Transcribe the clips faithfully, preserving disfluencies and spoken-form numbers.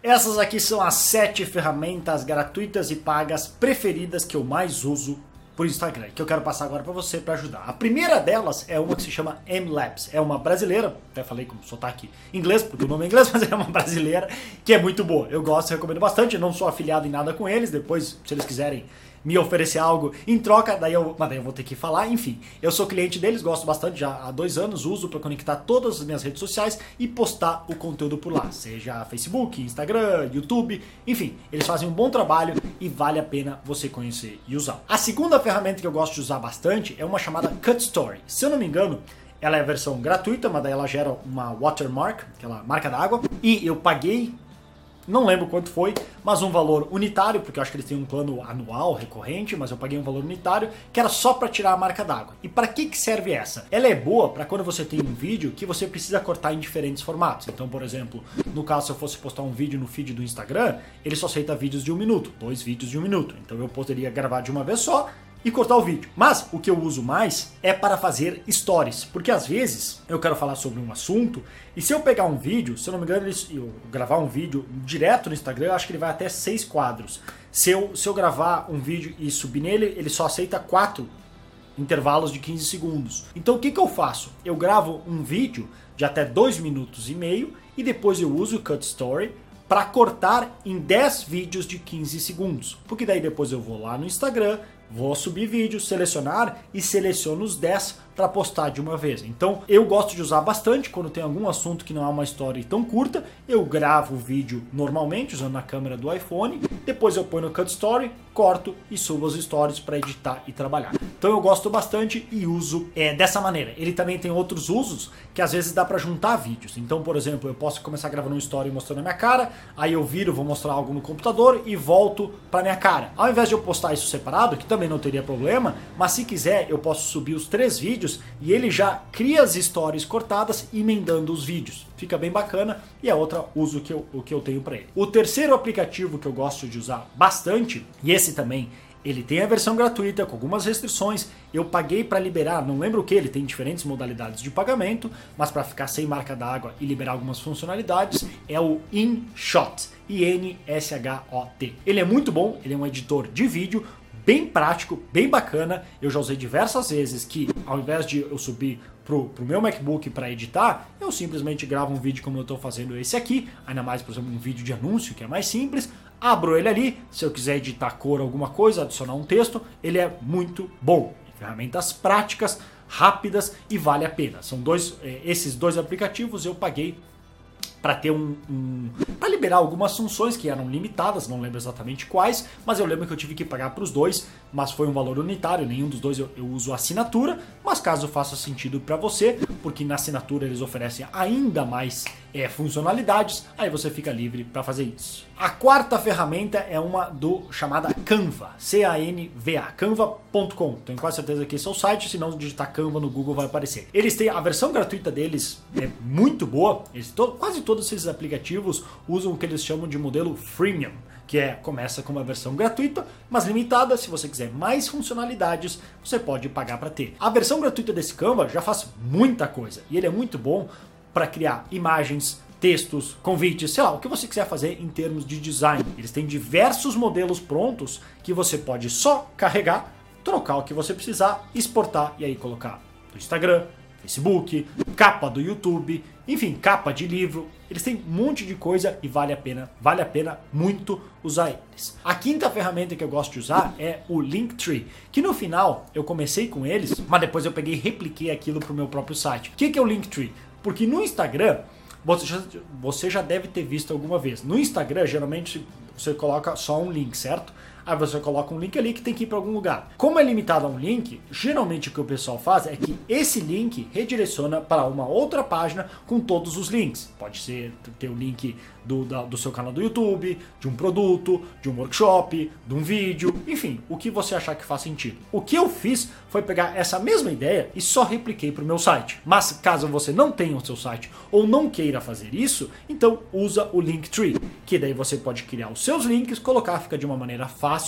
Essas aqui são as sete ferramentas gratuitas e pagas preferidas que eu mais uso por Instagram, que eu quero passar agora para você para ajudar. A primeira delas é uma que se chama M-Labs, é uma brasileira, até falei com sotaque inglês, porque o nome é inglês, mas é uma brasileira que é muito boa. Eu gosto, recomendo bastante, não sou afiliado em nada com eles, depois se eles quiserem me oferecer algo em troca, daí eu, mas daí eu vou ter que falar, enfim. Eu sou cliente deles, gosto bastante, já há dois anos uso para conectar todas as minhas redes sociais e postar o conteúdo por lá, seja Facebook, Instagram, YouTube, enfim. Eles fazem um bom trabalho e vale a pena você conhecer e usar. A segunda ferramenta que eu gosto de usar bastante é uma chamada Cut Story. Se eu não me engano, ela é a versão gratuita, mas daí ela gera uma watermark, aquela marca d'água, e eu paguei, não lembro quanto foi, mas um valor unitário, porque eu acho que eles têm um plano anual, recorrente, mas eu paguei um valor unitário, que era só para tirar a marca d'água. E para que que serve essa? Ela é boa para quando você tem um vídeo que você precisa cortar em diferentes formatos. Então, por exemplo, no caso se eu fosse postar um vídeo no feed do Instagram, ele só aceita vídeos de um minuto, dois vídeos de um minuto. Então eu poderia gravar de uma vez só e cortar o vídeo. Mas o que eu uso mais é para fazer stories, porque às vezes eu quero falar sobre um assunto e se eu pegar um vídeo, se eu não me engano, eu gravar um vídeo direto no Instagram, eu acho que ele vai até seis quadros. Se eu, se eu gravar um vídeo e subir nele, ele só aceita quatro intervalos de quinze segundos. Então o que que eu faço? Eu gravo um vídeo de até dois minutos e meio e depois eu uso o Cut Story para cortar em dez vídeos de quinze segundos. Porque daí depois eu vou lá no Instagram, vou subir vídeo, selecionar e seleciono os dez para postar de uma vez. Então eu gosto de usar bastante quando tem algum assunto que não é uma história tão curta. Eu gravo o vídeo normalmente usando a câmera do iPhone, depois eu ponho no Cut Story, corto e subo as stories para editar e trabalhar. Então eu gosto bastante e uso é, dessa maneira. Ele também tem outros usos que às vezes dá para juntar vídeos. Então, por exemplo, eu posso começar gravando uma story mostrando a minha cara, aí eu viro, vou mostrar algo no computador e volto para minha cara. Ao invés de eu postar isso separado, que também não teria problema, mas se quiser eu posso subir os três vídeos e ele já cria as stories cortadas emendando os vídeos. Fica bem bacana e é outro uso que eu, o que eu tenho para ele. O terceiro aplicativo que eu gosto de usar bastante, e esse também ele tem a versão gratuita com algumas restrições, eu paguei para liberar, não lembro o que, ele tem diferentes modalidades de pagamento, mas para ficar sem marca d'água e liberar algumas funcionalidades, é o InShot, I N S H O T. Ele é muito bom, ele é um editor de vídeo, bem prático, bem bacana. Eu já usei diversas vezes que ao invés de eu subir pro, pro meu MacBook para editar, eu simplesmente gravo um vídeo como eu estou fazendo esse aqui, ainda mais, por exemplo, um vídeo de anúncio que é mais simples, abro ele ali, se eu quiser editar cor alguma coisa, adicionar um texto, ele é muito bom. Ferramentas práticas, rápidas e vale a pena. São dois, esses dois aplicativos eu paguei para ter um, um para liberar algumas funções que eram limitadas, não lembro exatamente quais, mas eu lembro que eu tive que pagar para os dois, mas foi um valor unitário, nenhum dos dois eu, eu uso assinatura, mas caso faça sentido para você, porque na assinatura eles oferecem ainda mais é, funcionalidades, aí você fica livre para fazer isso. A quarta ferramenta é uma do chamada Canva, C A N V A, canva ponto com. Tenho quase certeza que esse é o site, se não digitar Canva no Google vai aparecer. Eles têm a versão gratuita deles, é muito boa, eles to, quase todos esses aplicativos usam o que eles chamam de modelo freemium, que é, começa com uma versão gratuita, mas limitada. Se você quiser mais funcionalidades, você pode pagar para ter. A versão gratuita desse Canva já faz muita coisa e ele é muito bom para criar imagens, textos, convites, sei lá, o que você quiser fazer em termos de design. Eles têm diversos modelos prontos que você pode só carregar, trocar o que você precisar, exportar e aí colocar no Instagram, Facebook, capa do YouTube, enfim, capa de livro. Eles têm um monte de coisa e vale a pena, vale a pena muito usar eles. A quinta ferramenta que eu gosto de usar é o Linktree, que no final eu comecei com eles, mas depois eu peguei e repliquei aquilo para o meu próprio site. O que que é o Linktree? Porque no Instagram, você já, você já deve ter visto alguma vez. No Instagram, geralmente, você coloca só um link, certo? Aí você coloca um link ali que tem que ir para algum lugar. Como é limitado a um link, geralmente o que o pessoal faz é que esse link redireciona para uma outra página com todos os links. Pode ser ter o link do, da, do seu canal do YouTube, de um produto, de um workshop, de um vídeo, enfim, o que você achar que faz sentido. O que eu fiz foi pegar essa mesma ideia e só repliquei para o meu site. Mas caso você não tenha o seu site ou não queira fazer isso, então usa o Linktree, que daí você pode criar os seus links, colocar, fica de uma maneira fácil,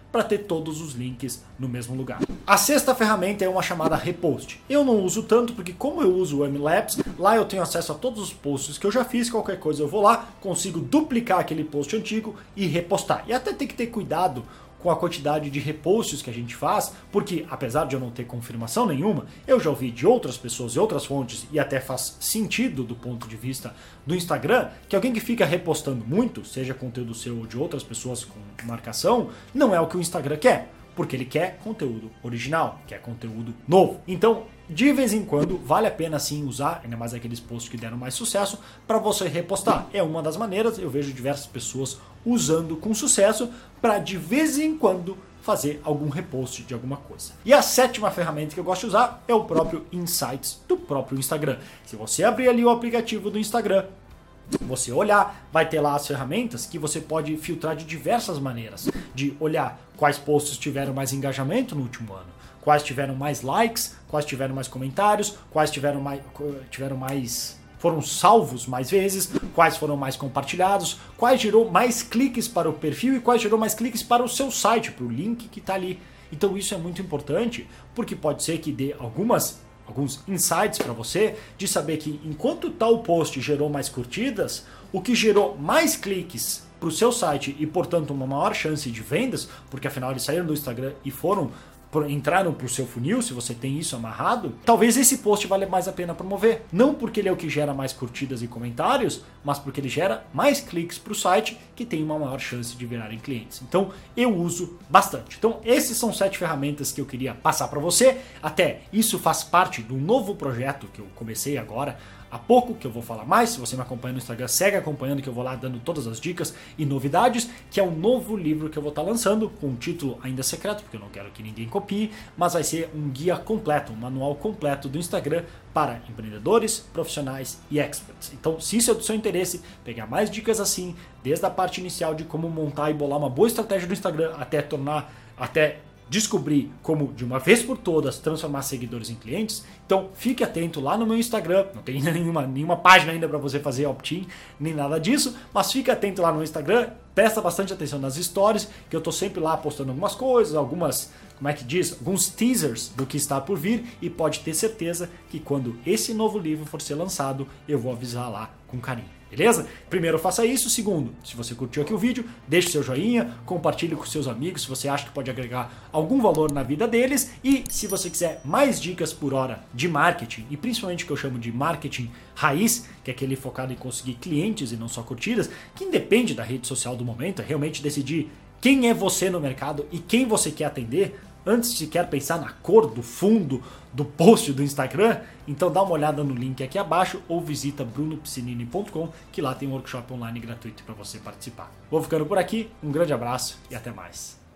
para ter todos os links no mesmo lugar. A sexta ferramenta é uma chamada Repost. Eu não uso tanto porque como eu uso o MLabs, lá eu tenho acesso a todos os posts que eu já fiz, qualquer coisa eu vou lá, consigo duplicar aquele post antigo e repostar. E até tem que ter cuidado com a quantidade de reposts que a gente faz, porque apesar de eu não ter confirmação nenhuma, eu já ouvi de outras pessoas e outras fontes, e até faz sentido do ponto de vista do Instagram, que alguém que fica repostando muito, seja conteúdo seu ou de outras pessoas com marcação, não é o que o Instagram quer, porque ele quer conteúdo original, quer conteúdo novo. Então, de vez em quando, vale a pena sim usar, ainda mais aqueles posts que deram mais sucesso, para você repostar. É uma das maneiras, eu vejo diversas pessoas usando com sucesso para de vez em quando fazer algum repost de alguma coisa. E a sétima ferramenta que eu gosto de usar é o próprio Insights do próprio Instagram. Se você abrir ali o aplicativo do Instagram, você olhar, vai ter lá as ferramentas que você pode filtrar de diversas maneiras. De olhar quais posts tiveram mais engajamento no último ano, quais tiveram mais likes, quais tiveram mais comentários, quais tiveram mais, tiveram mais foram salvos mais vezes, quais foram mais compartilhados, quais gerou mais cliques para o perfil e quais gerou mais cliques para o seu site, para o link que está ali. Então isso é muito importante, porque pode ser que dê algumas alguns insights para você de saber que enquanto tal post gerou mais curtidas, o que gerou mais cliques para o seu site e, portanto, uma maior chance de vendas, porque afinal eles saíram do Instagram e foram entraram para o seu funil, se você tem isso amarrado, talvez esse post valha mais a pena promover. Não porque ele é o que gera mais curtidas e comentários, mas porque ele gera mais cliques para o site, que tem uma maior chance de virarem clientes. Então eu uso bastante. Então esses são sete ferramentas que eu queria passar para você. Até isso faz parte do novo projeto que eu comecei agora há pouco, que eu vou falar mais. Se você me acompanha no Instagram, segue acompanhando, que eu vou lá dando todas as dicas e novidades, que é um novo livro que eu vou estar lançando, com um título ainda secreto, porque eu não quero que ninguém copie, mas vai ser um guia completo, um manual completo do Instagram para empreendedores, profissionais e experts. Então, se isso é do seu interesse, pegar mais dicas assim, desde a parte inicial de como montar e bolar uma boa estratégia do Instagram, até tornar, até descobrir como de uma vez por todas transformar seguidores em clientes, então fique atento lá no meu Instagram. Não tem nenhuma, nenhuma página ainda para você fazer opt-in, nem nada disso, mas fique atento lá no Instagram, presta bastante atenção nas stories, que eu tô sempre lá postando algumas coisas, algumas, como é que diz, alguns teasers do que está por vir, e pode ter certeza que quando esse novo livro for ser lançado, eu vou avisar lá com carinho. Beleza? Primeiro, faça isso. Segundo, se você curtiu aqui o vídeo, deixe seu joinha, compartilhe com seus amigos se você acha que pode agregar algum valor na vida deles. E se você quiser mais dicas por hora de marketing, e principalmente o que eu chamo de marketing raiz, que é aquele focado em conseguir clientes e não só curtidas, que independe da rede social do momento, é realmente decidir quem é você no mercado e quem você quer atender, antes de sequer pensar na cor do fundo do post do Instagram, então dá uma olhada no link aqui abaixo ou visita bruno piscinini ponto com, que lá tem um workshop online gratuito para você participar. Vou ficando por aqui, um grande abraço e até mais.